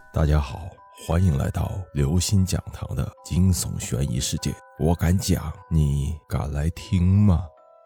大家好，欢迎来到刘星讲堂的惊悚悬疑世界。我敢讲，你敢来听吗？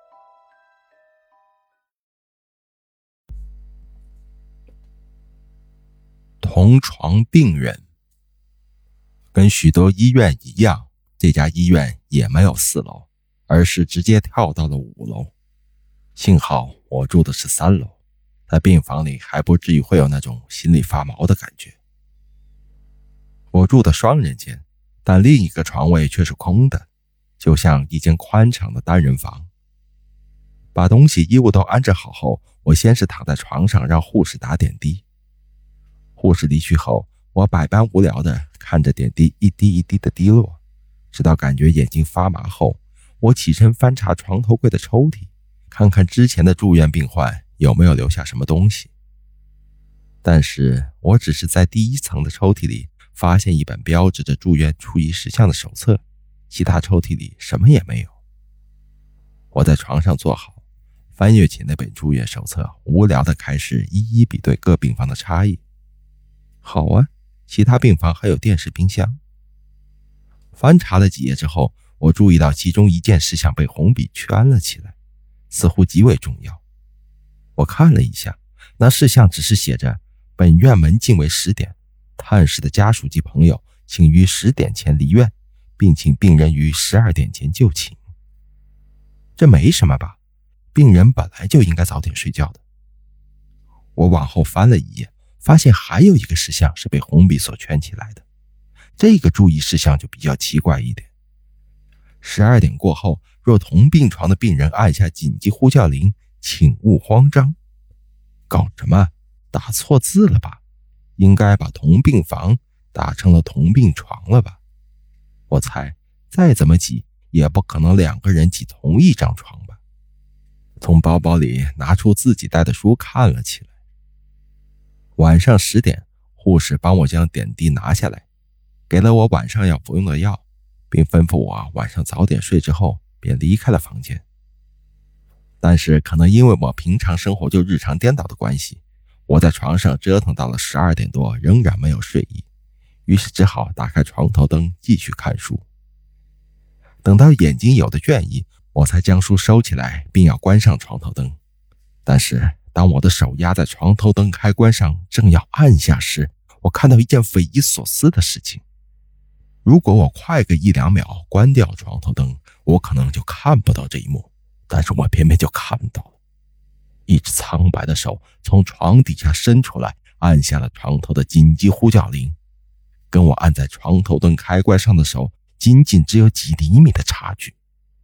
同床病人。跟许多医院一样，这家医院也没有4楼，而是直接跳到了5楼。幸好我住的是3楼，在病房里还不至于会有那种心里发毛的感觉。我住的双人间，但另一个床位却是空的，就像一间宽敞的单人房。把东西衣物都安置好后，我先是躺在床上让护士打点滴。护士离去后，我百般无聊地看着点滴一滴一滴的滴落，直到感觉眼睛发麻后，我起身翻查床头柜的抽屉，看看之前的住院病患有没有留下什么东西。但是我只是在第1层的抽屉里发现一本标志着住院注意事项的手册，其他抽屉里什么也没有。我在床上坐好，翻阅起那本住院手册，无聊地开始一一比对各病房的差异。好啊，其他病房还有电视冰箱。翻查了几页之后，我注意到其中一件事项被红笔圈了起来，似乎极为重要。我看了一下，那事项只是写着本院门禁为10点，探视的家属及朋友请于10点前离院，并请病人于12点前就寝。这没什么吧，病人本来就应该早点睡觉的。我往后翻了一页，发现还有一个事项是被红笔所圈起来的，这个注意事项就比较奇怪一点。12点过后，若同病床的病人按下紧急呼叫铃，请勿慌张。搞什么？打错字了吧？应该把同病房打成了同病床了吧？我猜再怎么挤也不可能2个人挤同一张床吧。从包包里拿出自己带的书看了起来。晚上10点，护士帮我将点滴拿下来，给了我晚上要服用的药，并吩咐我晚上早点睡之后便离开了房间。但是可能因为我平常生活就日常颠倒的关系，我在床上折腾到了12点多仍然没有睡意，于是只好打开床头灯继续看书。等到眼睛有了倦意，我才将书收起来并要关上床头灯。但是当我的手压在床头灯开关上正要按下时，我看到一件匪夷所思的事情。如果我快个1-2秒关掉床头灯，我可能就看不到这一幕，但是我偏偏就看到了。一只苍白的手从床底下伸出来，按下了床头的紧急呼叫铃，跟我按在床头灯开关上的手仅仅只有几厘米的差距。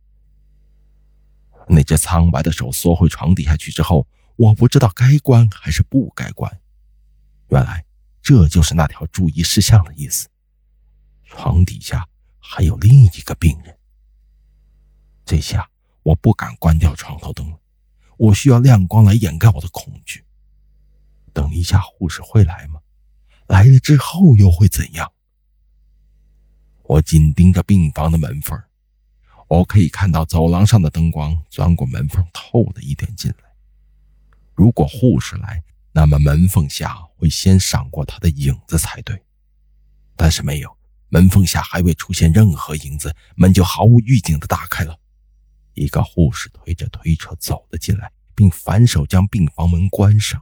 那只苍白的手缩回床底下去之后，我不知道该关还是不该关。原来这就是那条注意事项的意思。床底下还有另一个病人。这下我不敢关掉床头灯了，我需要亮光来掩盖我的恐惧。等一下护士会来吗？来了之后又会怎样？我紧盯着病房的门缝，我可以看到走廊上的灯光钻过门缝透了一点进来。如果护士来，那么门缝下会先闪过他的影子才对。但是没有，门缝下还未出现任何影子，门就毫无预警地打开了。一个护士推着推车走了进来，并反手将病房门关上。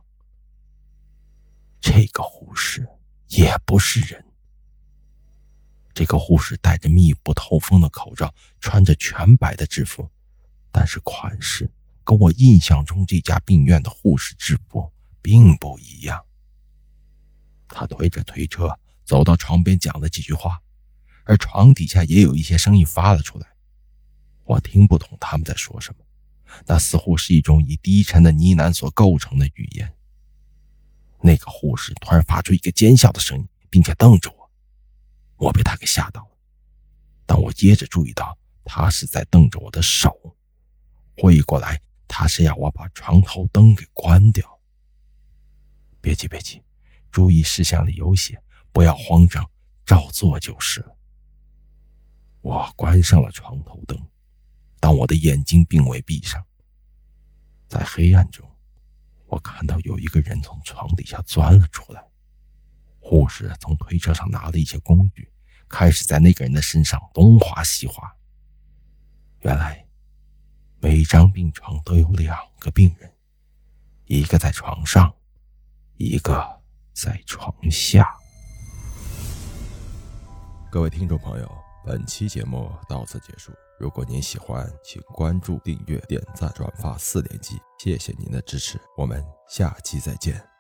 这个护士也不是人。这个护士戴着密不透风的口罩，穿着全白的制服，但是款式跟我印象中这家病院的护士制服并不一样。他推着推车走到床边讲了几句话，而床底下也有一些声音发了出来。我听不懂他们在说什么，那似乎是一种以低沉的呢喃所构成的语言。那个护士突然发出一个尖笑的声音，并且瞪着我。我被他给吓到了，但我接着注意到他是在瞪着我的手，回过来他是要我把床头灯给关掉。别急别急，注意事项里有写，不要慌张，照做就是了。我关上了床头灯，当我的眼睛并未闭上，在黑暗中，我看到有一个人从床底下钻了出来。 护士从推车上拿了一些工具，开始在那个人的身上东划西划。原来每张病床都有2个病人，一个在床上，一个在床下。各位听众朋友，本期节目到此结束。如果您喜欢，请关注、订阅、点赞、转发4连击，谢谢您的支持，我们下期再见。